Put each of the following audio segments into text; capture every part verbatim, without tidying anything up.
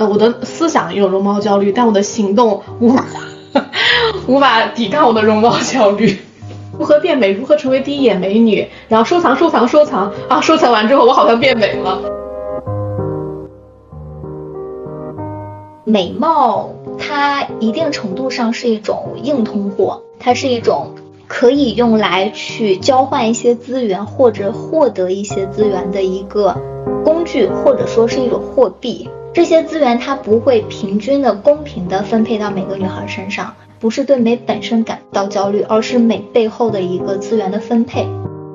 呃，我的思想有容貌焦虑，但我的行动无法无法抵抗我的容貌焦虑。如何变美？如何成为第一眼美女？然后收藏、收藏、收藏啊！收藏完之后，我好像变美了。 美貌它一定程度上是一种硬通货，它是一种可以用来去交换一些资源或者获得一些资源的一个工具，或者说是一种货币。这些资源它不会平均的、公平的分配到每个女孩身上，不是对美本身感到焦虑，而是美背后的一个资源的分配。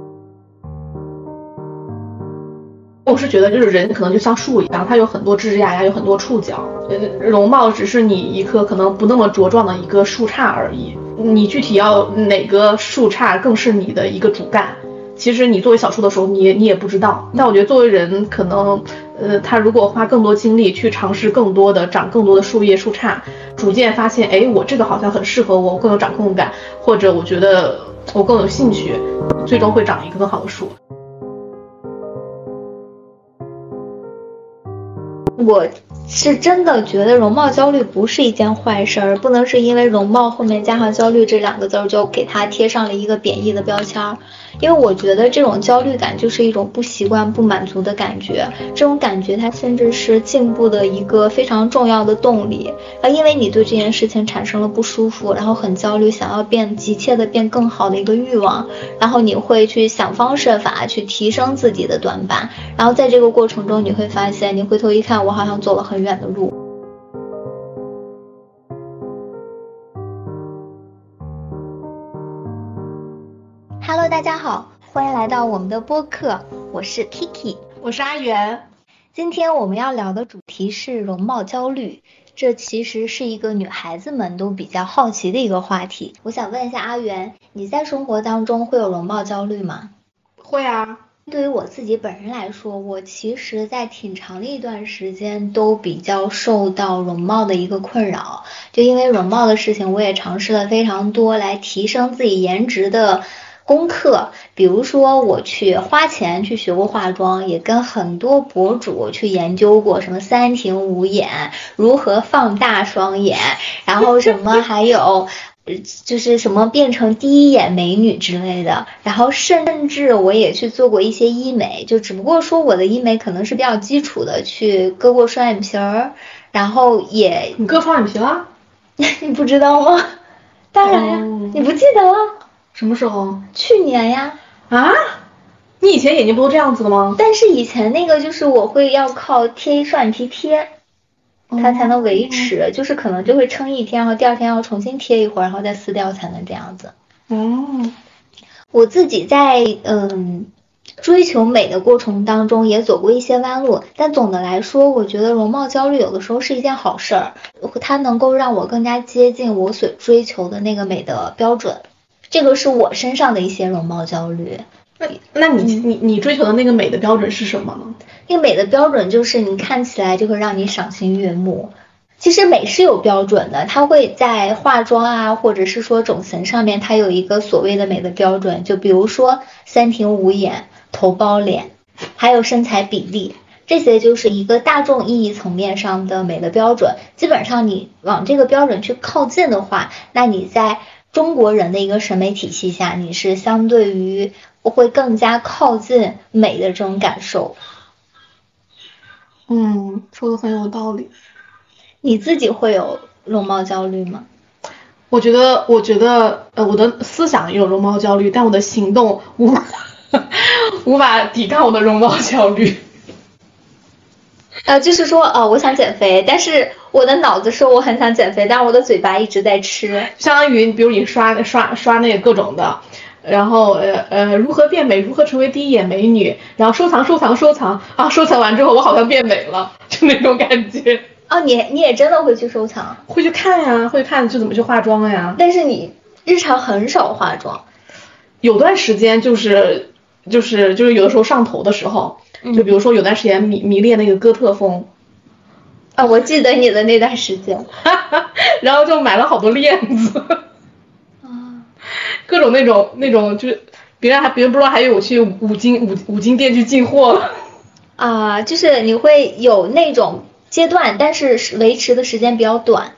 我是觉得就是人可能就像树一样，它有很多枝桠呀，有很多触角，容貌只是你一棵可能不那么茁壮的一个树杈而已，你具体要哪个树杈更是你的一个主干，其实你作为小树的时候你也你也不知道。但我觉得作为人可能呃，他如果花更多精力去尝试更多的长更多的树叶树杈，逐渐发现哎，我这个好像很适合我，我更有掌控感，或者我觉得我更有兴趣，最终会长一个更好的树。 我是真的觉得容貌焦虑不是一件坏事儿，不能是因为容貌后面加上焦虑这两个字就给它贴上了一个贬义的标签。因为我觉得这种焦虑感就是一种不习惯、不满足的感觉，这种感觉它甚至是进步的一个非常重要的动力。而因为你对这件事情产生了不舒服，然后很焦虑，想要变急切的变更好的一个欲望，然后你会去想方设法去提升自己的短板，然后在这个过程中你会发现，你回头一看，我好像走了很远的路。Hello， 大家好，欢迎来到我们的播客，我是 Kiki， 我是阿元。 今天我们要聊的主题是容貌焦虑，这其实是一个女孩子们都比较好奇的一个话题。我想问一下阿元，你在生活当中会有容貌焦虑吗？ 会啊。 对于我自己本人来说，我其实在挺长的一段时间都比较受到容貌的一个困扰，就因为容貌的事情，我也尝试了非常多来提升自己颜值的功课，比如说我去花钱去学过化妆，也跟很多博主去研究过什么三庭五眼，如何放大双眼，然后什么还有就是什么变成第一眼美女之类的，然后甚至我也去做过一些医美，就只不过说我的医美可能是比较基础的，去割过双眼皮儿，然后也你割双眼皮了？ 你不知道吗？当然呀，哦、你不记得了？ 什么时候？ 去年呀。 啊？你以前眼睛不都这样子的吗？ 但是以前那个就是我会要靠贴双眼皮贴，它才能维持，哦、就是可能就会撑一天，然后第二天要重新贴一会儿，然后再撕掉才能这样子。 哦， 我自己在嗯追求美的过程当中也走过一些弯路，但总的来说，我觉得容貌焦虑有的时候是一件好事儿，它能够让我更加接近我所追求的那个美的标准。这个是我身上的一些容貌焦虑。 那那你你你追求的那个美的标准是什么呢？ 那个美的标准就是你看起来就会让你赏心悦目。其实美是有标准的，它会在化妆啊，或者是说整形上面，它有一个所谓的美的标准，就比如说三庭五眼、头包脸，还有身材比例，这些就是一个大众意义层面上的美的标准。基本上你往这个标准去靠近的话，那你在中国人的一个审美体系下，你是相对于会更加靠近美的这种感受。 嗯，说的很有道理。 你自己会有容貌焦虑吗？ 我觉得，我觉得，呃，我的思想有容貌焦虑，但我的行动无法无法抵抗我的容貌焦虑。 呃，就是说，呃，我想减肥，但是我的脑子说我很想减肥，但是我的嘴巴一直在吃。 相当于，比如你刷刷刷那个各种的，然后呃呃，如何变美，如何成为第一眼美女，然后收藏收藏收藏啊，收藏完之后我好像变美了，就那种感觉。 哦，你你也真的会去收藏？ 会去看呀，会看就怎么去化妆呀。 但是你日常很少化妆。 有段时间就是就是就是有的时候上头的时候。就比如说有段时间迷迷恋那个哥特风啊，我记得你的那段时间， 然后就买了好多链子， 啊， 各种那种那种就是别人还别人不知道还有我去五金五五金店去进货了啊，就是你会有那种阶段，但是维持的时间比较短。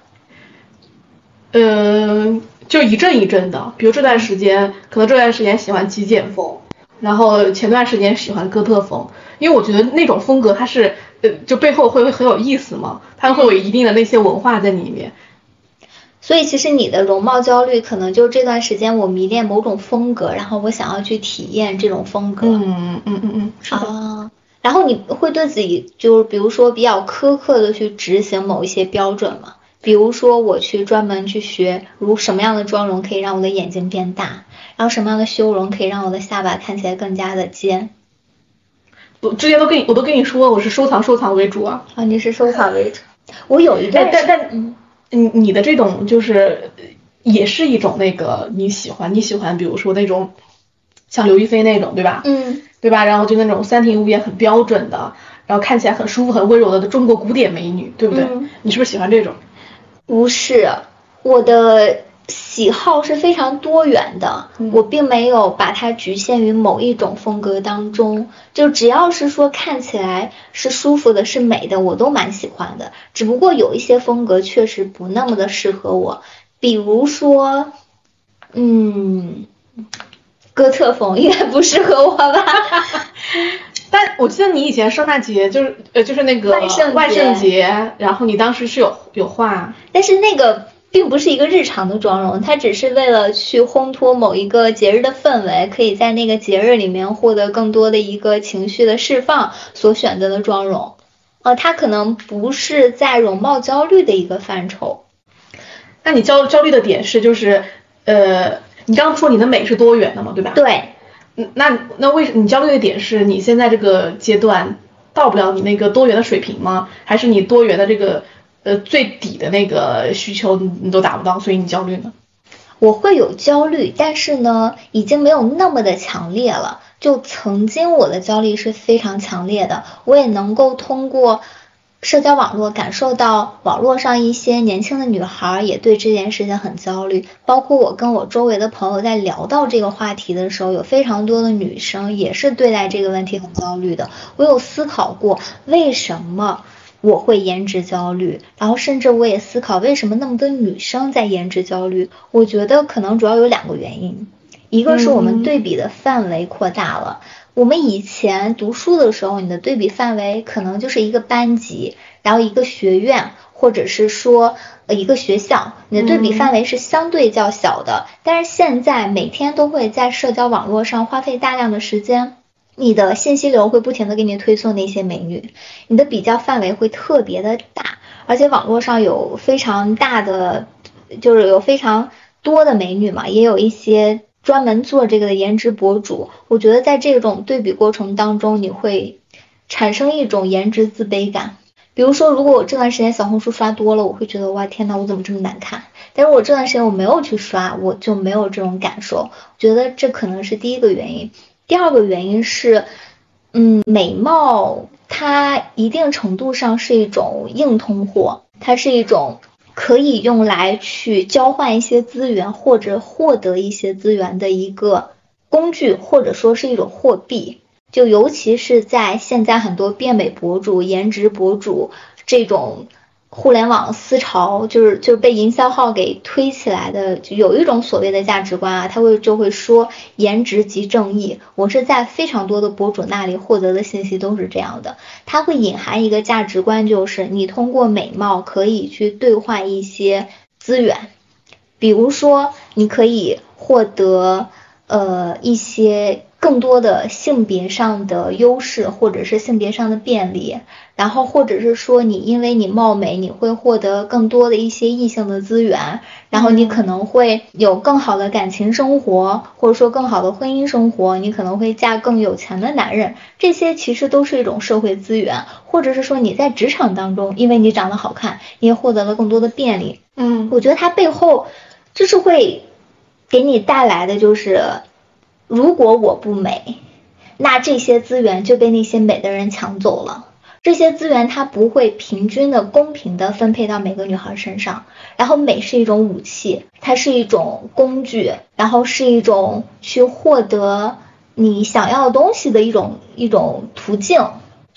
嗯，就一阵一阵的，比如这段时间，可能这段时间喜欢极简风，然后前段时间喜欢哥特风，因为我觉得那种风格它是，呃，就背后会很有意思嘛，它会有一定的那些文化在里面。 所以其实你的容貌焦虑可能就这段时间我迷恋某种风格，然后我想要去体验这种风格。 嗯嗯嗯嗯，是的。 啊，然后你会对自己就是比如说比较苛刻的去执行某一些标准吗？比如说我去专门去学如什么样的妆容可以让我的眼睛变大，然后什么样的修容可以让我的下巴看起来更加的尖。 我之前都跟你我都跟你说我是收藏收藏为主啊。 啊，你是收藏为主。我有一段但但嗯。你你的这种就是也是一种那个你喜欢你喜欢比如说那种像刘亦菲那种对吧？ 嗯， 对吧？然后就那种三庭五眼很标准的，然后看起来很舒服很温柔的中国古典美女，对不对？ 嗯， 你是不是喜欢这种？ 不是，我的喜好是非常多元的， 嗯、 我并没有把它局限于某一种风格当中，就只要是说看起来是舒服的是美的我都蛮喜欢的，只不过有一些风格确实不那么的适合我，比如说嗯哥特风应该不适合我吧。 但我记得你以前圣诞节就是呃就是那个万圣节， 万圣节然后你当时是有有画， 但是那个并不是一个日常的妆容，它只是为了去烘托某一个节日的氛围，可以在那个节日里面获得更多的一个情绪的释放所选择的妆容。呃，它可能不是在容貌焦虑的一个范畴。 那你焦焦虑的点是就是呃，你刚刚说你的美是多元的嘛，对吧？ 对。 那那为什么你焦虑的点是你现在这个阶段到不了你那个多元的水平吗？还是你多元的这个呃最底的那个需求你都达不到，所以你焦虑呢？ 我会有焦虑，但是呢已经没有那么的强烈了，就曾经我的焦虑是非常强烈的，我也能够通过社交网络感受到网络上一些年轻的女孩也对这件事情很焦虑，包括我跟我周围的朋友在聊到这个话题的时候，有非常多的女生也是对待这个问题很焦虑的。我有思考过为什么我会颜值焦虑，然后甚至我也思考为什么那么多女生在颜值焦虑。我觉得可能主要有两个原因，一个是我们对比的范围扩大了，我们以前读书的时候，你的对比范围可能就是一个班级，然后一个学院，或者是说呃一个学校，你的对比范围是相对较小的。但是现在每天都会在社交网络上花费大量的时间，你的信息流会不停的给你推送那些美女，你的比较范围会特别的大，而且网络上有非常大的，就是有非常多的美女嘛，也有一些专门做这个的颜值博主。我觉得在这种对比过程当中，你会产生一种颜值自卑感。比如说如果我这段时间小红书刷多了，我会觉得哇天哪我怎么这么难看，但是我这段时间我没有去刷，我就没有这种感受。我觉得这可能是第一个原因。第二个原因是嗯，美貌它一定程度上是一种硬通货，它是一种可以用来去交换一些资源或者获得一些资源的一个工具，或者说是一种货币。就尤其是在现在很多变美博主、颜值博主这种互联网思潮，就是就是被营销号给推起来的，就有一种所谓的价值观啊，他会就会说颜值即正义。我是在非常多的博主那里获得的信息都是这样的，它会隐含一个价值观，就是你通过美貌可以去兑换一些资源，比如说你可以获得呃一些更多的性别上的优势，或者是性别上的便利，然后或者是说你因为你貌美，你会获得更多的一些异性的资源，然后你可能会有更好的感情生活，或者说更好的婚姻生活，你可能会嫁更有钱的男人，这些其实都是一种社会资源。或者是说你在职场当中，因为你长得好看，你也获得了更多的便利。 嗯， 我觉得它背后就是会给你带来的就是如果我不美，那这些资源就被那些美的人抢走了。这些资源它不会平均的公平的分配到每个女孩身上，然后美是一种武器，它是一种工具，然后是一种去获得你想要的东西的一种一种途径。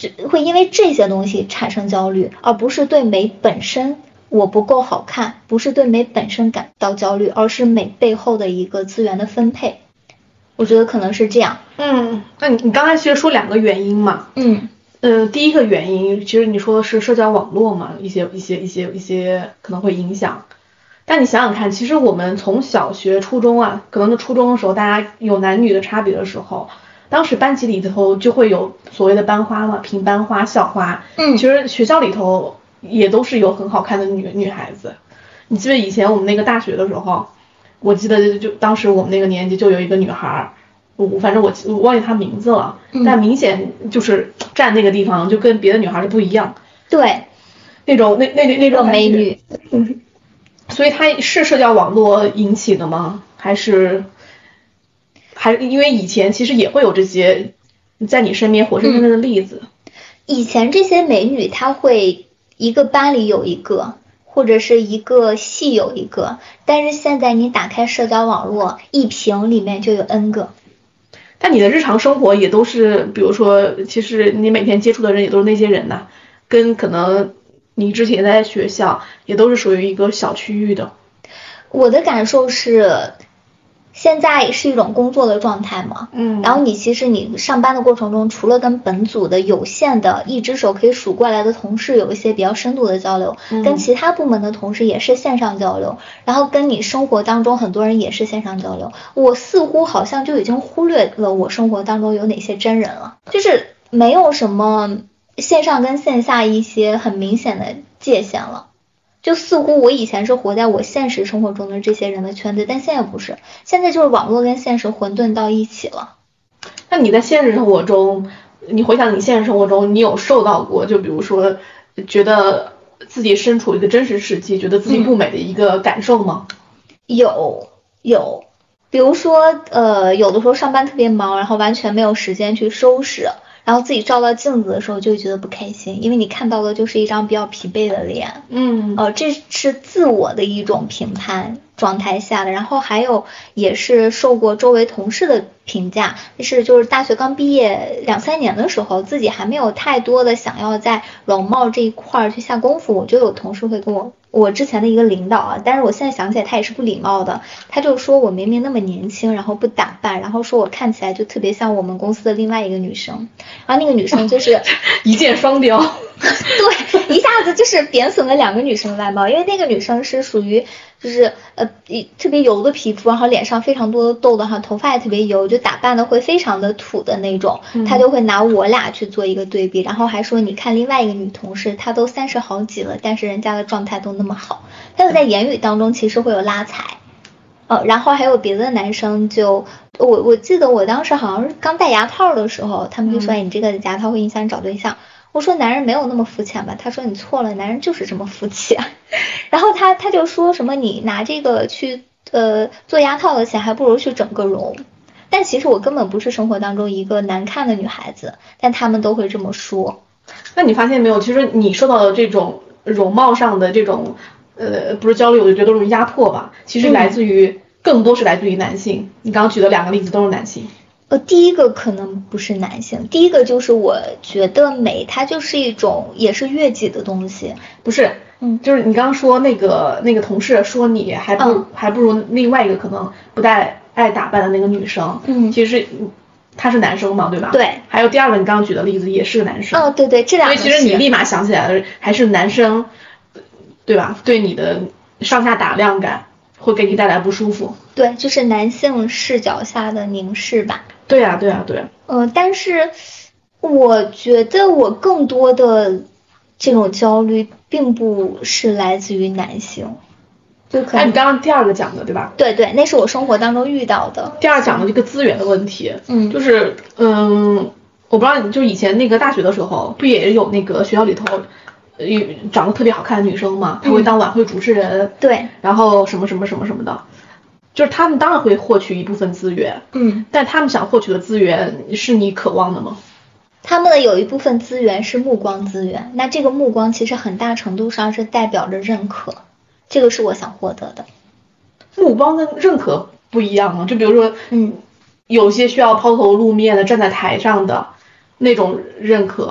这会因为这些东西产生焦虑，而不是对美本身我不够好看，不是对美本身感到焦虑，而是美背后的一个资源的分配。我觉得可能是这样。 嗯，那你你刚才其实说两个原因嘛。 嗯。 呃，第一个原因其实你说的是社交网络嘛，一些一些一些一些可能会影响。但你想想看，其实我们从小学、初中啊，可能是初中的时候，大家有男女的差别的时候，当时班级里头就会有所谓的班花嘛，平班花、校花。 嗯， 其实学校里头也都是有很好看的女女孩子。你记得以前我们那个大学的时候，我记得就当时我们那个年级就有一个女孩。我反正我我忘记她名字了， 嗯、 但明显就是站那个地方就跟别的女孩就不一样。 对， 那种那那那种美女。 嗯，所以它是社交网络引起的吗？还是还因为以前其实也会有这些在你身边活生生的例子。 嗯、以前这些美女她会一个班里有一个。或者是一个系有一个，但是现在你打开社交网络，一屏里面就有 N 个。 但你的日常生活也都是，比如说，其实你每天接触的人也都是那些人呐、啊，跟可能你之前在学校也都是属于一个小区域的。 我的感受是，现在是一种工作的状态嘛， 嗯， 然后你其实你上班的过程中，除了跟本组的有限的一只手可以数过来的同事有一些比较深度的交流， 嗯、 跟其他部门的同事也是线上交流，然后跟你生活当中很多人也是线上交流，我似乎好像就已经忽略了我生活当中有哪些真人了，就是没有什么线上跟线下一些很明显的界限了。就似乎我以前是活在我现实生活中的这些人的圈子，但现在不是，现在就是网络跟现实混沌到一起了。 那你在现实生活中，你回想你现实生活中，你有受到过，就比如说觉得自己身处一个真实世界，觉得自己不美的一个感受吗？ 嗯、有有，比如说呃，有的时候上班特别忙，然后完全没有时间去收拾。然后自己照到镜子的时候就会觉得不开心，因为你看到的就是一张比较疲惫的脸。 嗯， 呃，这是自我的一种评判状态下的。然后还有也是受过周围同事的评价，是就是大学刚毕业两三年的时候，自己还没有太多的想要在容貌这一块去下功夫，我就有同事会跟我。我之前的一个领导啊，但是我现在想起来他也是不礼貌的，他就说我明明那么年轻，然后不打扮，然后说我看起来就特别像我们公司的另外一个女生，然后那个女生就是一箭双雕， 对，一下子就是贬损了两个女生的外貌，因为那个女生是属于就是呃特别油的皮肤，然后脸上非常多的痘痘，然后头发也特别油，就打扮的会非常的土的那种，他就会拿我俩去做一个对比，然后还说你看另外一个女同事，她都三十好几了，但是人家的状态都那么好，他就在言语当中其实会有拉踩。呃，然后还有别的男生就我我记得我当时好像是刚戴牙套的时候，他们就说、嗯、哎你这个牙套会影响你找对象。我说男人没有那么肤浅吧，他说你错了，男人就是这么肤浅。然后他他就说什么你拿这个去呃做牙套的钱还不如去整个容。但其实我根本不是生活当中一个难看的女孩子，但他们都会这么说。 那你发现没有，其实你受到的这种容貌上的这种呃不是焦虑，我就觉得都是压迫吧，其实来自于、嗯、更多是来自于男性。你刚刚举的两个例子都是男性。 呃，第一个可能不是男性，第一个就是我觉得美它就是一种也是悦己的东西。 不是，嗯，就是你刚刚说那个那个同事说你还不、嗯、还不如另外一个可能不太爱打扮的那个女生， 嗯， 其实他是男生嘛，对吧？ 对。 还有第二个你刚刚举的例子也是个男生。 哦，对对，这两个。 所以其实你立马想起来了，还是男生，对吧？对你的上下打量感会给你带来不舒服。 对，就是男性视角下的凝视吧。 对呀、啊，对呀、啊，对、啊。 呃，但是我觉得我更多的这种焦虑并不是来自于男性，就可能。哎， 你刚刚第二个讲的对吧？ 对对，那是我生活当中遇到的。 第二讲的这个资源的问题， 嗯， 就是嗯，我不知道你就以前那个大学的时候，不也有那个学校里头。呃，长得特别好看的女生嘛，她会当晚会主持人， 嗯、对， 然后什么什么什么什么的，就是他们当然会获取一部分资源， 嗯， 但他们想获取的资源是你渴望的吗？ 他们的有一部分资源是目光资源，那这个目光其实很大程度上是代表着认可，这个是我想获得的。 目光跟认可不一样啊，就比如说， 嗯， 有些需要抛头露面的站在台上的那种认可。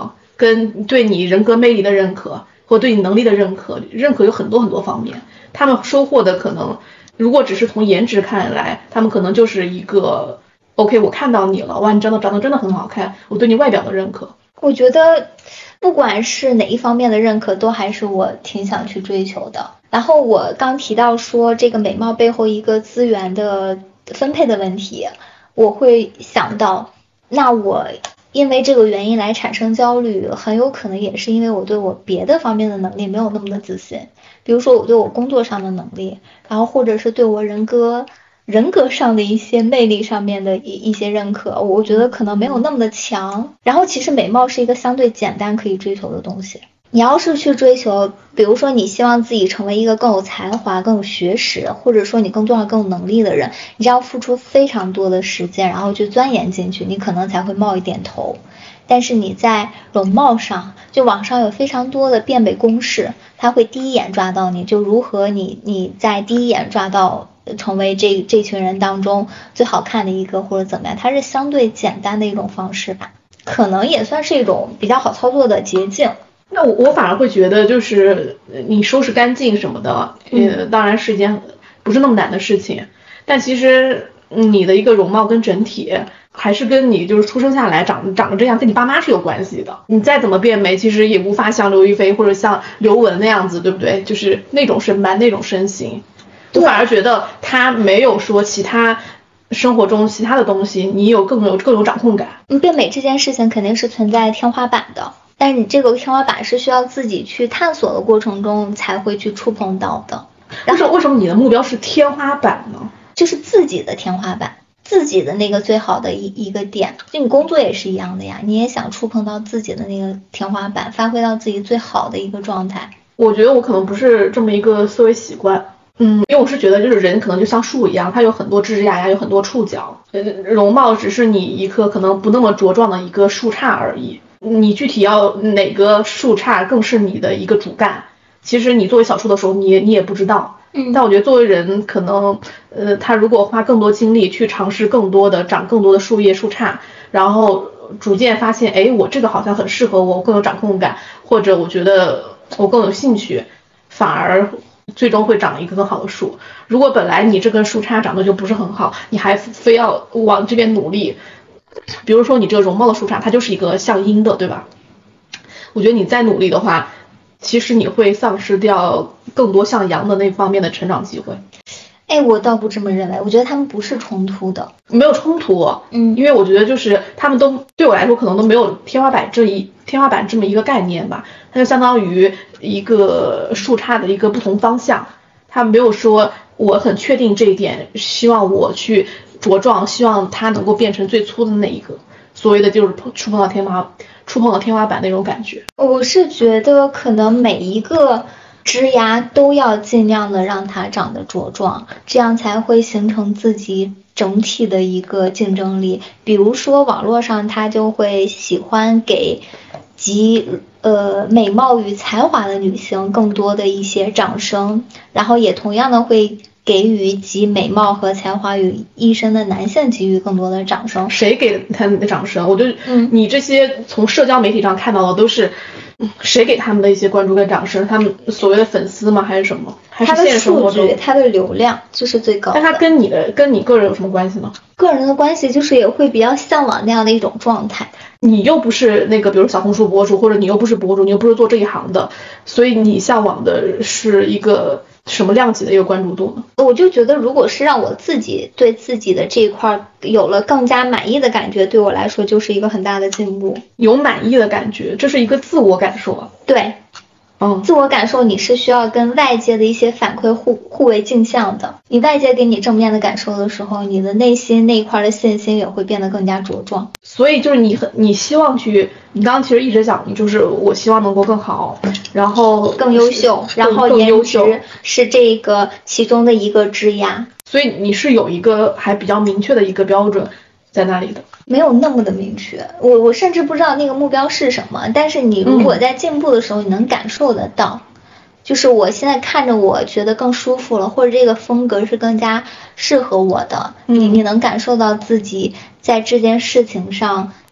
跟对你人格魅力的认可，或对你能力的认可，认可有很多很多方面。他们收获的可能，如果只是从颜值看来，他们可能就是一个 OK， 我看到你了，哇，你长得长得真的很好看，我对你外表的认可。 我觉得不管是哪一方面的认可，都还是我挺想去追求的。然后我刚提到说这个美貌背后一个资源的分配的问题，我会想到，那我因为这个原因来产生焦虑，很有可能也是因为我对我别的方面的能力没有那么的自信，比如说我对我工作上的能力，然后或者是对我人格人格上的一些魅力上面的一一些认可，我觉得可能没有那么的强。然后其实美貌是一个相对简单可以追求的东西，你要是去追求，比如说你希望自己成为一个更有才华更有学识，或者说你更重要更有能力的人，你要付出非常多的时间，然后去钻研进去，你可能才会冒一点头。但是你在容貌上，就网上有非常多的变美公式，它会第一眼抓到你，就如何你你在第一眼抓到成为这这群人当中最好看的一个或者怎么样，它是相对简单的一种方式吧，可能也算是一种比较好操作的捷径。 那我我反而会觉得，就是你收拾干净什么的，呃，当然是一件不是那么难的事情，但其实你的一个容貌跟整体，还是跟你就是出生下来长长得这样，跟你爸妈是有关系的。你再怎么变美，其实也无法像刘亦菲或者像刘雯那样子，对不对？就是那种身板，那种身形。我反而觉得她没有说其他生活中其他的东西，你有更有更有掌控感。 嗯，变美这件事情肯定是存在天花板的。但是你这个天花板是需要自己去探索的过程中才会去触碰到的。 为什么为什么你的目标是天花板呢？ 就是自己的天花板，自己的那个最好的一一个点。就你工作也是一样的呀，你也想触碰到自己的那个天花板，发挥到自己最好的一个状态。 我觉得我可能不是这么一个思维习惯。嗯，因为我是觉得就是人可能就像树一样，它有很多枝桠呀，有很多触角。呃，容貌只是你一棵可能不那么茁壮的一个树杈而已。你具体要哪个树杈更是你的一个主干，其实你作为小树的时候，你也你也不知道。 嗯， 但我觉得作为人，可能呃，他如果花更多精力去尝试更多的长更多的树叶树杈，然后逐渐发现，哎，我这个好像很适合我，我更有掌控感，或者我觉得我更有兴趣，反而最终会长一个更好的树。如果本来你这根树杈长得就不是很好，你还非要往这边努力，比如说你这个容貌的树杈，它就是一个向阴的，对吧？我觉得你再努力的话，其实你会丧失掉更多向阳的那方面的成长机会。 哎，我倒不这么认为，我觉得他们不是冲突的。 没有冲突， 嗯， 因为我觉得就是他们都对我来说可能都没有天花板这一天花板这么一个概念吧，它就相当于一个树杈的一个不同方向，他没有说我很确定这一点，希望我去茁壮，希望它能够变成最粗的那一个，所谓的就是触碰到天花触碰到天花板那种感觉。 我是觉得可能每一个枝芽都要尽量的让它长得茁壮，这样才会形成自己整体的一个竞争力。比如说网络上他就会喜欢给集呃美貌与才华的女性更多的一些掌声，然后也同样的会给予集美貌和才华于一身的男性给予更多的掌声。 谁给他们的掌声？我就嗯， 你这些从社交媒体上看到的都是谁给他们的一些关注跟掌声？他们所谓的粉丝吗？还是什么？还是现实生活中？ 他的数据，他的流量就是最高的。 但他跟你的跟你个人有什么关系呢？ 个人的关系就是也会比较向往那样的一种状态。 你又不是那个，比如小红书博主，或者你又不是博主，你又不是做这一行的，所以你向往的是一个什么量级的一个关注度呢？ 我就觉得，如果是让我自己对自己的这一块有了更加满意的感觉，对我来说就是一个很大的进步。 有满意的感觉，这是一个自我感受啊。 对。 嗯， 自我感受你是需要跟外界的一些反馈互互为镜像的。你外界给你正面的感受的时候，你的内心那一块的信心也会变得更加茁壮。 所以就是你很你希望去，你刚刚其实一直讲，就是我希望能够更好，然后更优秀，然后颜值是这个其中的一个枝芽。 所以你是有一个还比较明确的一个标准在那里的。 没有那么的明确，我我甚至不知道那个目标是什么，但是你如果在进步的时候，你能感受得到，嗯，就是我现在看着我觉得更舒服了，或者这个风格是更加适合我的，嗯，你你能感受到自己在这件事情上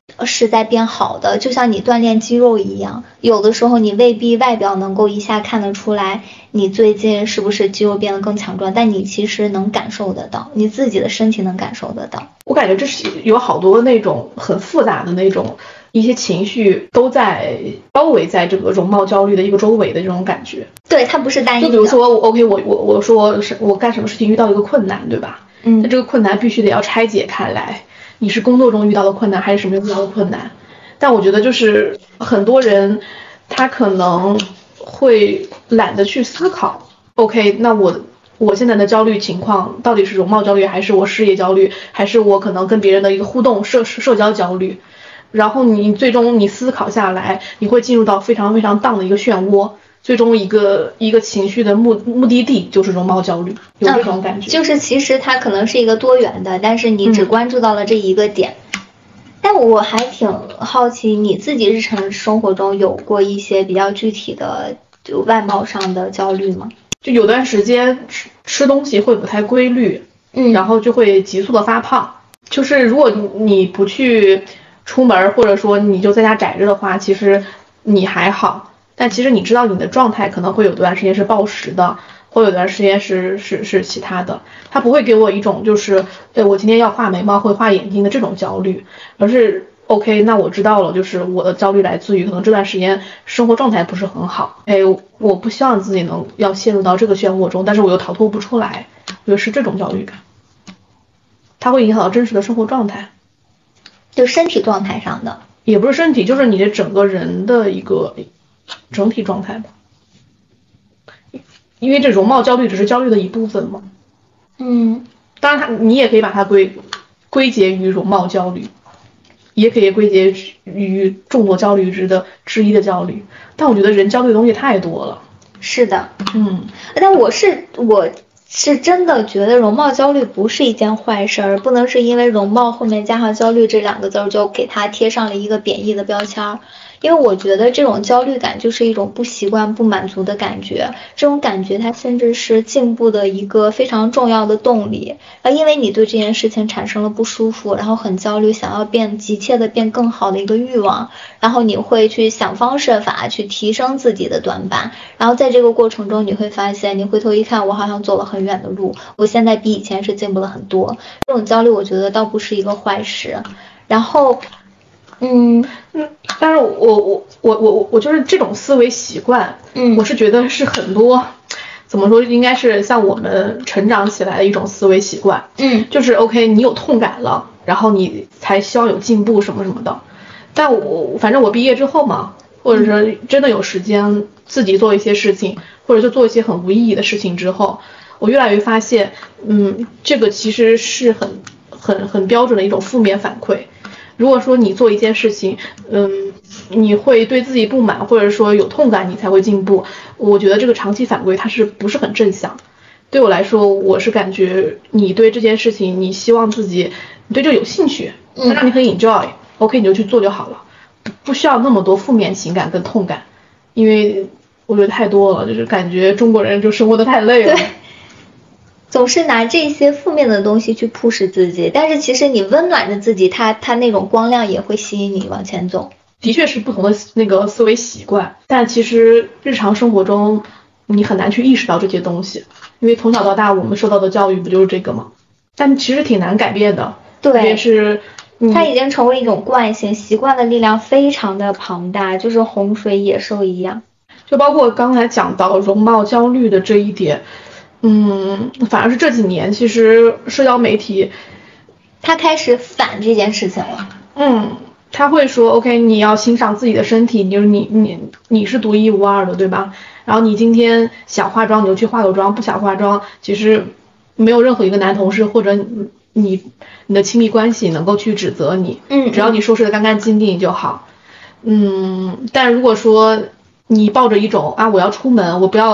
是在变好的，就像你锻炼肌肉一样，有的时候你未必外表能够一下看得出来你最近是不是肌肉变得更强壮，但你其实能感受得到，你自己的身体能感受得到。 我感觉这是有好多那种很复杂的那种一些情绪都在包围在这个容貌焦虑的一个周围的这种感觉。 对，它不是单一的。 就比如说 OK 我我我说是我干什么事情遇到一个困难，对吧？ 嗯， 那这个困难必须得要拆解开来，你是工作中遇到的困难还是什么遇到的困难。但我觉得就是很多人他可能会懒得去思考 OK 那我我现在的焦虑情况到底是容貌焦虑还是我事业焦虑，还是我可能跟别人的一个互动社社交焦虑，然后你最终你思考下来，你会进入到非常非常荡的一个漩涡，最终一个一个情绪的目目的地就是容貌焦虑，有这种感觉、 嗯、就是其实它可能是一个多元的，但是你只关注到了这一个点、嗯、但我还挺好奇你自己日常生活中有过一些比较具体的就外貌上的焦虑吗？ 就有段时间吃吃东西会不太规律， 嗯， 然后就会急速的发胖。就是如果你不去出门，或者说你就在家宅着的话，其实你还好，但其实你知道你的状态可能会有段时间是暴食的，或有段时间是是是其他的，它不会给我一种就是对我今天要画眉毛会画眼睛的这种焦虑，而是 OK 那我知道了，就是我的焦虑来自于可能这段时间生活状态不是很好，哎，我不希望自己能要陷入到这个漩涡中，但是我又逃脱不出来，我觉得是这种焦虑感，它会影响到真实的生活状态， 就身体状态上的， 也不是身体，就是你的整个人的一个整体状态吧。因为这容貌焦虑只是焦虑的一部分嘛。 嗯， 当然它你也可以把它归归结于容貌焦虑，也可以归结于众多焦虑之的之一的焦虑。但我觉得人焦虑的东西太多了。 是的， 嗯， 但我是我是真的觉得容貌焦虑不是一件坏事儿，不能是因为容貌后面加上焦虑这两个字儿就给它贴上了一个贬义的标签。因为我觉得这种焦虑感就是一种不习惯不满足的感觉，这种感觉它甚至是进步的一个非常重要的动力。而因为你对这件事情产生了不舒服，然后很焦虑，想要变急切的变更好的一个欲望，然后你会去想方设法去提升自己的短板，然后在这个过程中你会发现，你回头一看，我好像走了很远的路，我现在比以前是进步了很多。这种焦虑我觉得倒不是一个坏事。然后嗯嗯，但是我我我我我就是这种思维习惯， 嗯， 我是觉得是很多怎么说，应该是像我们成长起来的一种思维习惯， 嗯， 就是 OK 你有痛感了，然后你才希望有进步什么什么的。但我反正我毕业之后嘛，或者说真的有时间自己做一些事情，或者就做一些很无意义的事情之后，我越来越发现，嗯，这个其实是很很很标准的一种负面反馈。如果说你做一件事情，嗯，你会对自己不满，或者说有痛感，你才会进步。我觉得这个长期反馈它是不是很正向？对我来说，我是感觉你对这件事情，你希望自己你对这个有兴趣，它让你很 enjoy，OK、嗯、你就去做就好了，不需要那么多负面情感跟痛感，因为我觉得太多了，就是感觉中国人就生活的太累了。 对，总是拿这些负面的东西去 push 自己，但是其实你温暖着自己，它它那种光亮也会吸引你往前走。 的确是不同的那个思维习惯，但其实日常生活中你很难去意识到这些东西，因为从小到大我们受到的教育不就是这个吗？但其实挺难改变的。 对， 特别是它已经成为一种惯性，习惯的力量非常的庞大，就是洪水野兽一样。 就包括刚才讲到容貌焦虑的这一点，嗯，反而是这几年其实社交媒体他开始反这件事情了。 嗯，他会说 OK 你要欣赏自己的身体，就是你你你是独一无二的，对吧？然后你今天想化妆你就去化个妆，不想化妆其实没有任何一个男同事或者你你的亲密关系能够去指责你， 嗯， 只要你收拾的干干净净就好。嗯，但如果说你抱着一种啊我要出门，我不要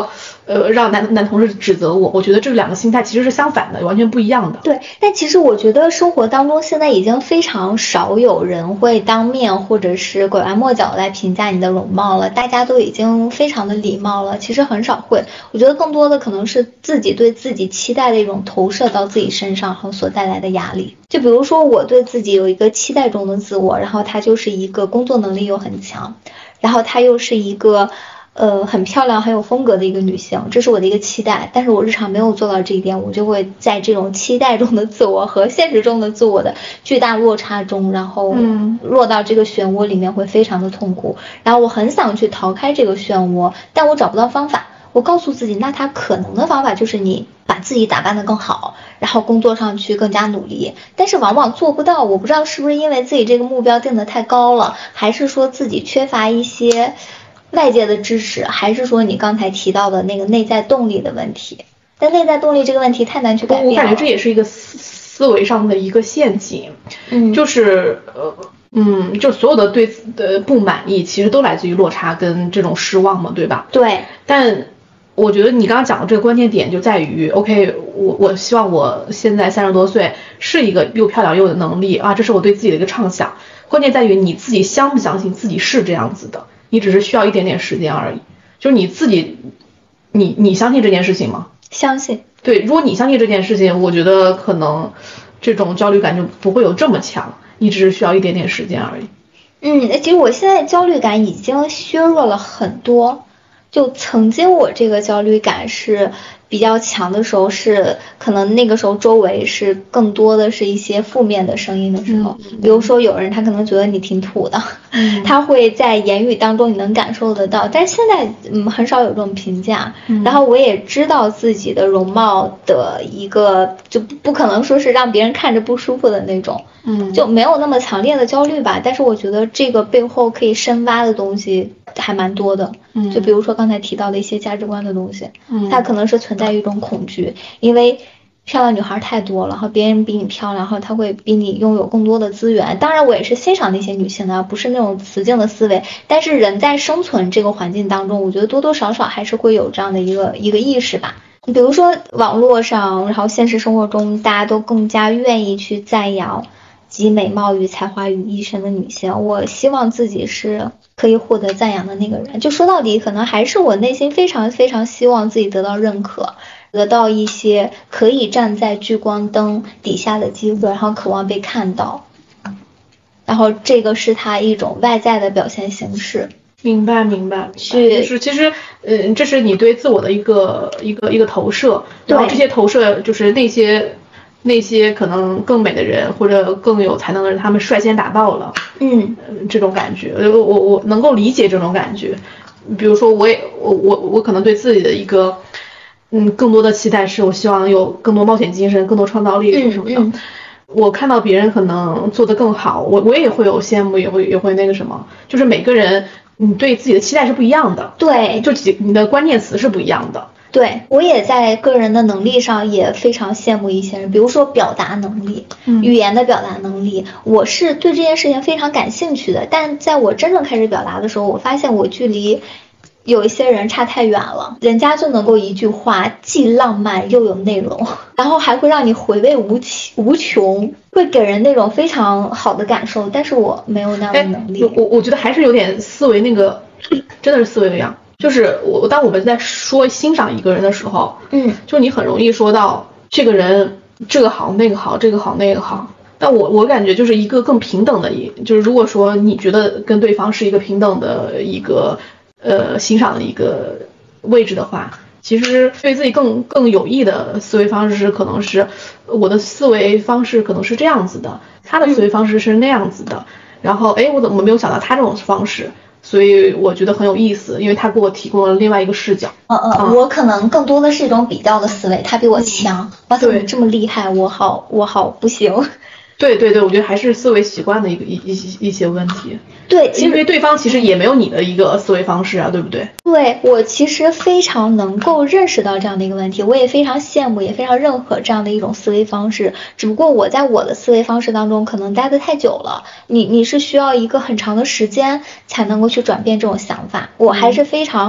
呃，让男男同事指责我，我觉得这两个心态其实是相反的，完全不一样的。 对，但其实我觉得生活当中现在已经非常少有人会当面或者是拐弯抹角来评价你的容貌了，大家都已经非常的礼貌了，其实很少会。我觉得更多的可能是自己对自己期待的一种投射到自己身上和所带来的压力。就比如说我对自己有一个期待中的自我，然后他就是一个工作能力又很强，然后他又是一个呃，很漂亮很有风格的一个女性，这是我的一个期待，但是我日常没有做到这一点，我就会在这种期待中的自我和现实中的自我的巨大落差中，然后落到这个漩涡里面会非常的痛苦，然后我很想去逃开这个漩涡，但我找不到方法。我告诉自己，那它可能的方法就是你把自己打扮得更好，然后工作上去更加努力，但是往往做不到。我不知道是不是因为自己这个目标定得太高了，还是说自己缺乏一些外界的支持，还是说你刚才提到的那个内在动力的问题。但内在动力这个问题太难去改变了。 我感觉这也是一个思思维上的一个陷阱，嗯，就是呃嗯，就所有的对的不满意其实都来自于落差跟这种失望嘛，对吧？ 对。 但我觉得你刚刚讲的这个关键点就在于 OK， 我我希望我现在三十多岁是一个又漂亮又有能力啊，这是我对自己的一个畅想。关键在于你自己相不相信自己是这样子的，你只是需要一点点时间而已。就是你自己你你相信这件事情吗？ 相信。 对，如果你相信这件事情，我觉得可能这种焦虑感就不会有这么强，你只是需要一点点时间而已。 嗯，其实我现在焦虑感已经削弱了很多。就曾经我这个焦虑感是比较强的时候，是可能那个时候周围是更多的是一些负面的声音的时候，嗯、比如说有人他可能觉得你挺土的，嗯、他会在言语当中你能感受得到，但是现在嗯很少有这种评价，嗯、然后我也知道自己的容貌的一个就不可能说是让别人看着不舒服的那种，嗯，就没有那么强烈的焦虑吧，但是我觉得这个背后可以深挖的东西还蛮多的，嗯，就比如说刚才提到的一些价值观的东西，嗯，它可能是存在于一种恐惧，因为漂亮女孩太多了，然后别人比你漂亮，然后她会比你拥有更多的资源。当然我也是欣赏那些女性的，不是那种雌竞的思维，但是人在生存这个环境当中，我觉得多多少少还是会有这样的一个一个意识吧。比如说网络上，然后现实生活中，大家都更加愿意去赞扬集美貌与才华于一身的女性，我希望自己是可以获得赞扬的那个人。就说到底，可能还是我内心非常非常希望自己得到认可，得到一些可以站在聚光灯底下的机会，然后渴望被看到，然后这个是他一种外在的表现形式。 明白明白，是就是其实嗯，这是你对自我的一个一个一个投射，然后这些投射就是那些那些可能更美的人或者更有才能的人，他们率先达到了，嗯，这种感觉，我我我能够理解这种感觉。比如说，我也我我我可能对自己的一个嗯更多的期待是，我希望有更多冒险精神，更多创造力什么的。嗯嗯、我看到别人可能做得更好，我我也会有羡慕，也会也会那个什么，就是每个人你对自己的期待是不一样的， 对， 就你的关键词是不一样的。 对，我也在个人的能力上也非常羡慕一些人，比如说表达能力，嗯、语言的表达能力，我是对这件事情非常感兴趣的，但在我真正开始表达的时候，我发现我距离有一些人差太远了，人家就能够一句话既浪漫又有内容，然后还会让你回味无无穷，会给人那种非常好的感受，但是我没有那样的能力。 我我觉得还是有点思维那个，真的是思维那样。就是我当我们在说欣赏一个人的时候，嗯，就你很容易说到这个人这个好那个好这个好那个好，但我我感觉就是一个更平等的一，就是如果说你觉得跟对方是一个平等的一个呃欣赏的一个位置的话，其实对自己更更有益的思维方式是可能是我的思维方式可能是这样子的，他的思维方式是那样子的，然后哎我怎么没有想到他这种方式。所以我觉得很有意思，因为他给我提供了另外一个视角。 嗯嗯，嗯我可能更多的是一种比较的思维，他比我强，哇塞，你这么厉害，我好我好不行。 对对对，我觉得还是思维习惯的一个一一一些问题。 对， 因为对方其实也没有你的一个思维方式啊，对不对？ 对，我其实非常能够认识到这样的一个问题，我也非常羡慕，也非常认可这样的一种思维方式。只不过我在我的思维方式当中可能待得太久了，你你是需要一个很长的时间才能够去转变这种想法。我还是非常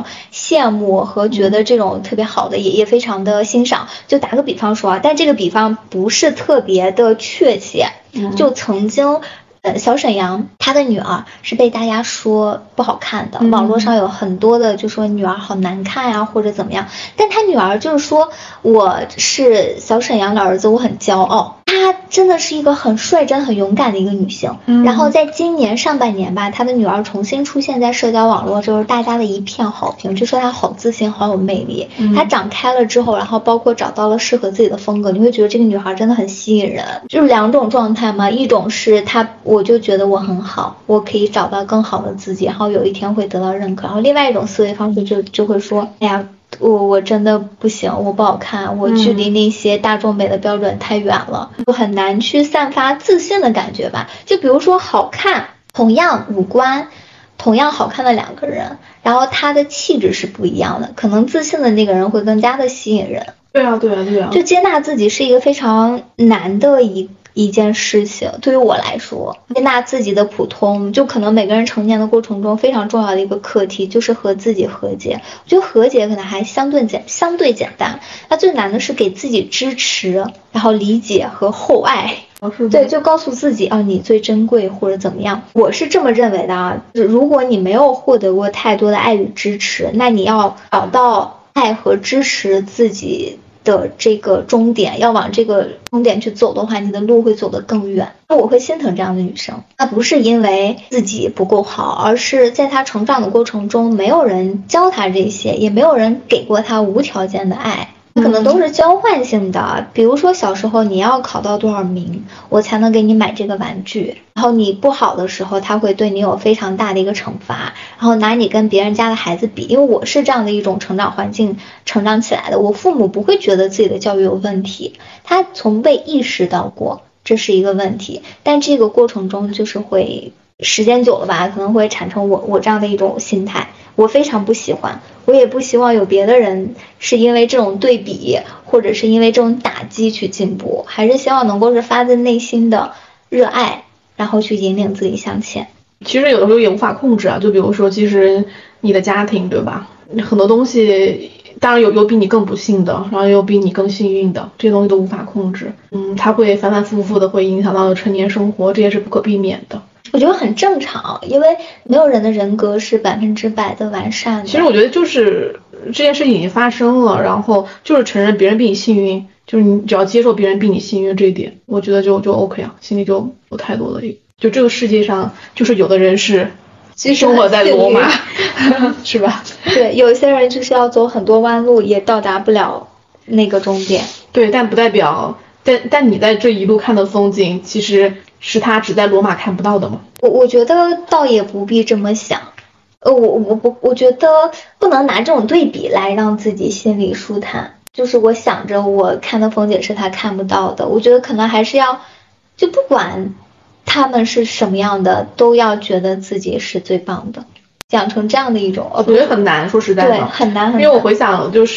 羡慕和觉得这种特别好的也也非常的欣赏。就打个比方说啊，但这个比方不是特别的确切，就曾经呃小沈阳她的女儿是被大家说不好看的，网络上有很多的就说女儿好难看呀、啊、或者怎么样，但她女儿就是说我是小沈阳的儿子，我很骄傲。她真的是一个很率真很勇敢的一个女性、嗯、然后在今年上半年吧，她的女儿重新出现在社交网络，就是大家的一片好评，就说她好自信好有魅力、嗯、她长开了之后，然后包括找到了适合自己的风格，你会觉得这个女孩真的很吸引人。就是两种状态嘛，一种是她我就觉得我很好，我可以找到更好的自己，然后有一天会得到认可，然后另外一种思维方式就就会说哎呀我我真的不行，我不好看，我距离那些大众美的标准太远了，我、嗯、很难去散发自信的感觉吧。就比如说好看，同样五官同样好看的两个人，然后他的气质是不一样的，可能自信的那个人会更加的吸引人。 对啊对啊对啊， 就接纳自己是一个非常难的一一件事情，对于我来说，接纳自己的普通，就可能每个人成年的过程中非常重要的一个课题就是和自己和解。我觉得和解可能还相对简相对简单，那最难的是给自己支持，然后理解和厚爱。 哦、是对，就告诉自己啊，你最珍贵或者怎么样。我是这么认为的啊，如果你没有获得过太多的爱与支持，那你要找到爱和支持自己的这个终点，要往这个终点去走的话，你的路会走得更远。我会心疼这样的女生，那不是因为自己不够好，而是在她成长的过程中，没有人教她这些，也没有人给过她无条件的爱，可能都是交换性的。比如说小时候你要考到多少名，我才能给你买这个玩具，然后你不好的时候他会对你有非常大的一个惩罚，然后拿你跟别人家的孩子比。因为我是这样的一种成长环境成长起来的，我父母不会觉得自己的教育有问题，他从未意识到过这是一个问题，但这个过程中就是会时间久了吧，可能会产生我我这样的一种心态，我非常不喜欢，我也不希望有别的人是因为这种对比或者是因为这种打击去进步，还是希望能够是发自内心的热爱，然后去引领自己向前。 其实有的时候也无法控制啊，就比如说其实你的家庭对吧，很多东西当然有有比你更不幸的，然后有比你更幸运的，这些东西都无法控制。嗯，它会反反复复的会影响到成年生活，这也是不可避免的。 我觉得很正常，因为没有人的人格是百分之百的完善的。 其实我觉得就是这件事情已经发生了，然后就是承认别人比你幸运，就是你只要接受别人比你幸运这一点，我觉得就就 OK 啊，心里就有太多的一个，就这个世界上就是有的人是生活在罗马，是吧？ 对，有些人就是要走很多弯路也到达不了那个终点。 对，但不代表但但你在这一路看的风景其实是他只在罗马看不到的吗？ 我我觉得倒也不必这么想，呃，我我我我觉得不能拿这种对比来让自己心里舒坦。就是我想着我看的风景是他看不到的，我觉得可能还是要，就不管他们是什么样的，都要觉得自己是最棒的，养成这样的一种。 我觉得很难，说实在的， 对，很难很难。 因为我回想就是，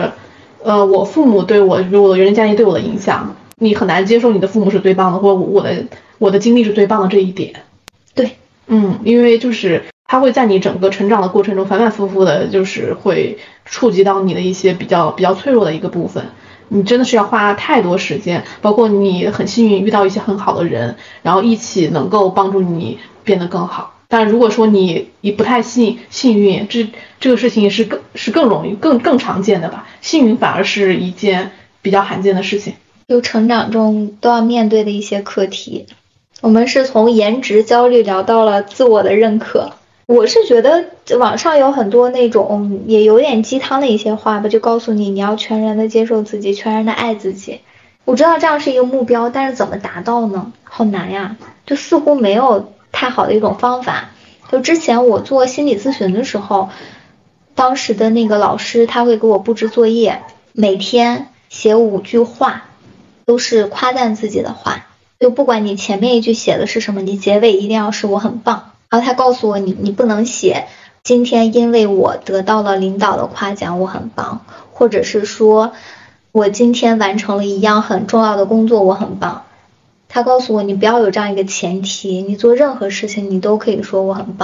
呃，我父母对我，比如我的原生家庭对我的影响，你很难接受你的父母是最棒的，或者我的我的经历是最棒的这一点。 对， 嗯，因为就是它会在你整个成长的过程中反反复复的，就是会触及到你的一些比较比较脆弱的一个部分。你真的是要花太多时间，包括你很幸运遇到一些很好的人，然后一起能够帮助你变得更好。但如果说你你不太幸幸运，这这个事情是更是更容易更更常见的吧，幸运反而是一件比较罕见的事情。 就成长中都要面对的一些课题。我们是从颜值焦虑聊到了自我的认可。我是觉得网上有很多那种也有点鸡汤的一些话吧，就告诉你你要全然的接受自己，全然的爱自己。我知道这样是一个目标，但是怎么达到呢？好难呀，就似乎没有太好的一种方法。就之前我做心理咨询的时候，当时的那个老师他会给我布置作业，每天写五句话，都是夸赞自己的话，就不管你前面一句写的是什么，你结尾一定要是我很棒。然后他告诉我你你不能写今天因为我得到了领导的夸奖我很棒，或者是说我今天完成了一样很重要的工作我很棒。他告诉我你不要有这样一个前提，你做任何事情你都可以说我很棒。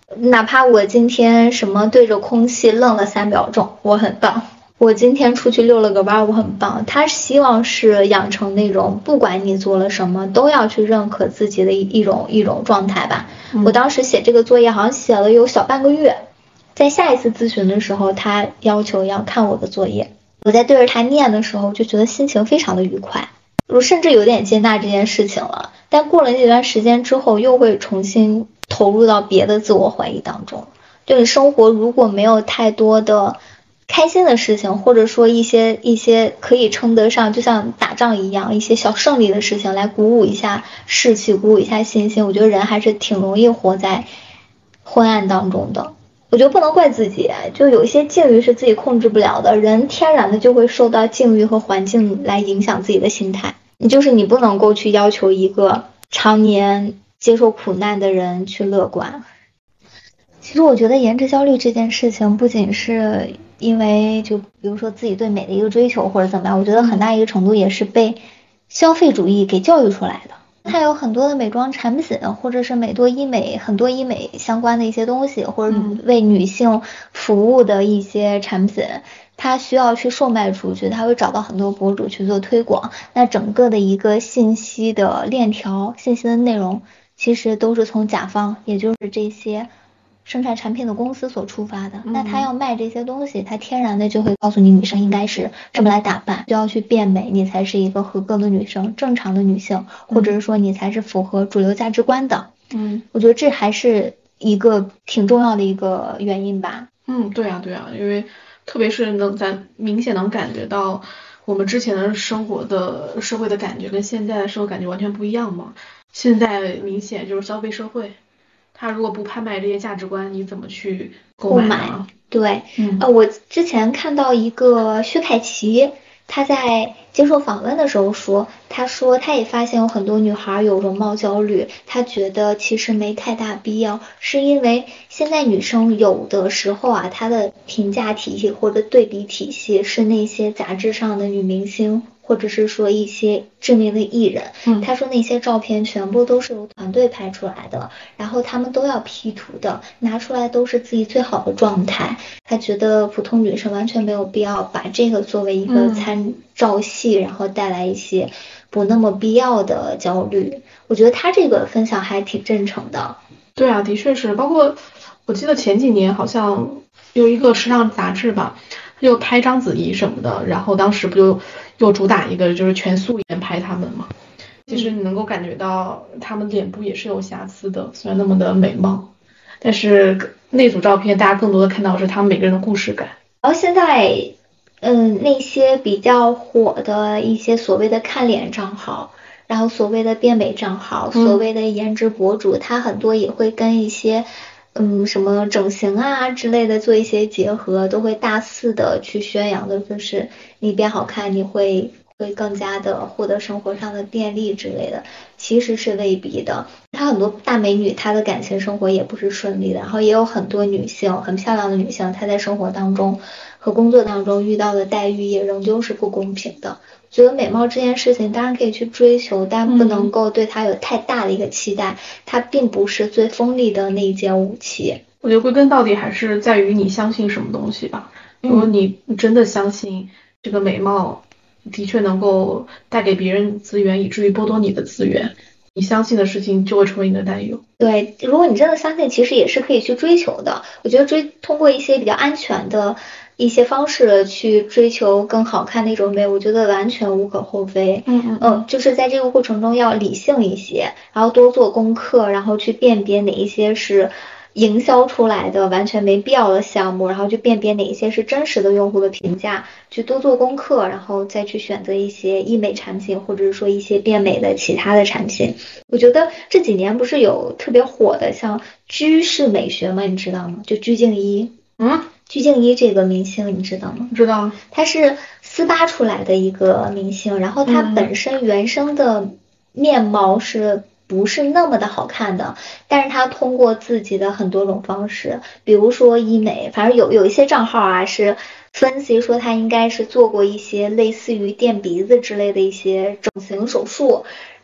哪怕我今天什么对着空气愣了三秒钟，我很棒。我今天出去溜了个弯，我很棒。他希望是养成那种不管你做了什么都要去认可自己的一一种一种状态吧。嗯、我当时写这个作业好像写了有小半个月，在下一次咨询的时候，他要求要看我的作业，我在对着他念的时候就觉得心情非常的愉快，我甚至有点接纳这件事情了。但过了那段时间之后，又会重新投入到别的自我怀疑当中。就是生活如果没有太多的开心的事情，或者说一些一些可以称得上就像打仗一样一些小胜利的事情来鼓舞一下士气，鼓舞一下信心，我觉得人还是挺容易活在昏暗当中的。我觉得不能怪自己，就有一些境遇是自己控制不了的，人天然的就会受到境遇和环境来影响自己的心态。你就是你不能够去要求一个常年接受苦难的人去乐观。其实我觉得颜值焦虑这件事情不仅是因为就比如说自己对美的一个追求或者怎么样，我觉得很大一个程度也是被消费主义给教育出来的。它有很多的美妆产品，或者是美多医美，很多医美相关的一些东西，或者为女性服务的一些产品，它需要去售卖出去，它会找到很多博主去做推广。那整个的一个信息的链条，信息的内容，其实都是从甲方，也就是这些生产产品的公司所出发的。那他要卖这些东西，他天然的就会告诉你女生应该是这么来打扮，就要去变美，你才是一个合格的女生，正常的女性，或者是说你才是符合主流价值观的。嗯，我觉得这还是一个挺重要的一个原因吧。 嗯，对啊对啊，因为特别是能咱明显能感觉到我们之前的生活的社会的感觉跟现在的社会感觉完全不一样嘛。现在明显就是消费社会，他如果不拍卖这些价值观，你怎么去购买呢？ 对，嗯、呃，我之前看到一个薛凯琪，她在接受访问的时候说，她说她也发现有很多女孩有容貌焦虑，她觉得其实没太大必要，是因为现在女生有的时候啊，她的评价体系或者对比体系是那些杂志上的女明星，或者是说一些知名的艺人，嗯，他说那些照片全部都是由团队拍出来的，然后他们都要 P 图的，拿出来都是自己最好的状态。他觉得普通女生完全没有必要把这个作为一个参照系，嗯，然后带来一些不那么必要的焦虑。我觉得他这个分享还挺真诚的。 对啊，的确是，包括我记得前几年好像有一个时尚杂志吧，又拍章子怡什么的，然后当时不就又主打一个就是全素颜拍他们嘛。其实你能够感觉到他们脸部也是有瑕疵的，虽然那么的美貌，但是那组照片大家更多的看到的是他们每个人的故事感。 然后现在嗯，那些比较火的一些所谓的看脸账号，然后所谓的变美账号，所谓的颜值博主，嗯，他很多也会跟一些嗯，什么整形啊之类的做一些结合，都会大肆的去宣扬的，就是你变好看，你会会更加的获得生活上的便利之类的，其实是未必的。她很多大美女，她的感情生活也不是顺利的，然后也有很多女性，很漂亮的女性，她在生活当中和工作当中遇到的待遇也仍旧是不公平的。觉得美貌这件事情当然可以去追求，但不能够对它有太大的一个期待，嗯，它并不是最锋利的那一件武器。 我觉得归根到底还是在于你相信什么东西吧。如果你真的相信这个美貌的确能够带给别人资源，以至于剥夺你的资源，你相信的事情就会成为你的担忧。 对，如果你真的相信，其实也是可以去追求的。我觉得追通过一些比较安全的一些方式去追求更好看的一种美，我觉得完全无可厚非。嗯嗯嗯，就是在这个过程中要理性一些，然后多做功课，然后去辨别哪一些是营销出来的完全没必要的项目，然后去辨别哪一些是真实的用户的评价，去多做功课，然后再去选择一些医美产品，或者是说一些变美的其他的产品。我觉得这几年不是有特别火的像居士美学吗？你知道吗？就鞠婧祎。嗯，鞠婧祎这个明星你知道吗？ 知道。 她是斯巴出来的一个明星，然后她本身原生的面貌是不是那么的好看的，但是他通过自己的很多种方式，比如说医美，反正有有一些账号啊是分析说他应该是做过一些类似于垫鼻子之类的一些整形手术，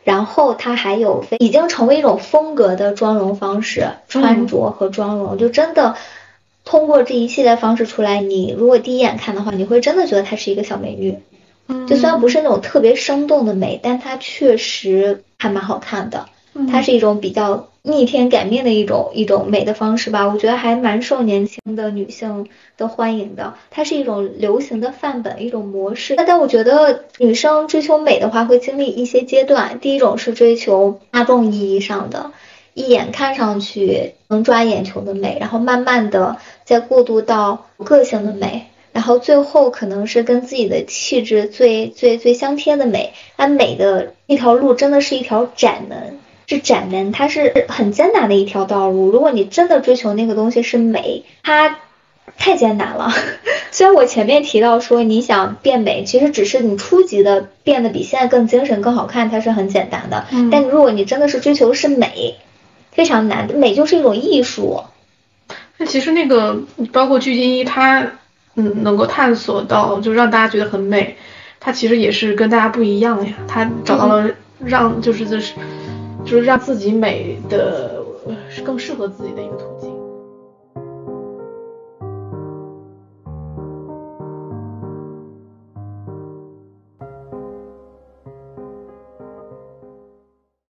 然后它还有已经成为一种风格的妆容方式，穿着和妆容、嗯、就真的通过这一系列方式出来，你如果第一眼看的话，你会真的觉得她是一个小美女。就虽然不是那种特别生动的美，但它确实还蛮好看的。它是一种比较逆天改命的一种一种美的方式吧，我觉得还蛮受年轻的女性的欢迎的。它是一种流行的范本，一种模式。但我觉得女生追求美的话会经历一些阶段，第一种是追求大众意义上的一眼看上去能抓眼球的美，然后慢慢的再过渡到个性的美，然后最后可能是跟自己的气质最最最相贴的美。它美的一条路真的是一条窄门，是窄门，它是很艰难的一条道路。如果你真的追求那个东西是美，它太艰难了。虽然我前面提到说你想变美，其实只是你初级的变得比现在更精神更好看，它是很简单的、嗯、但如果你真的是追求是美，非常难。美就是一种艺术。 那其实那个包括鞠婧祎她嗯能够探索到就让大家觉得很美，她其实也是跟大家不一样呀，她找到了让就是就是就是让自己美的更适合自己的一个途径。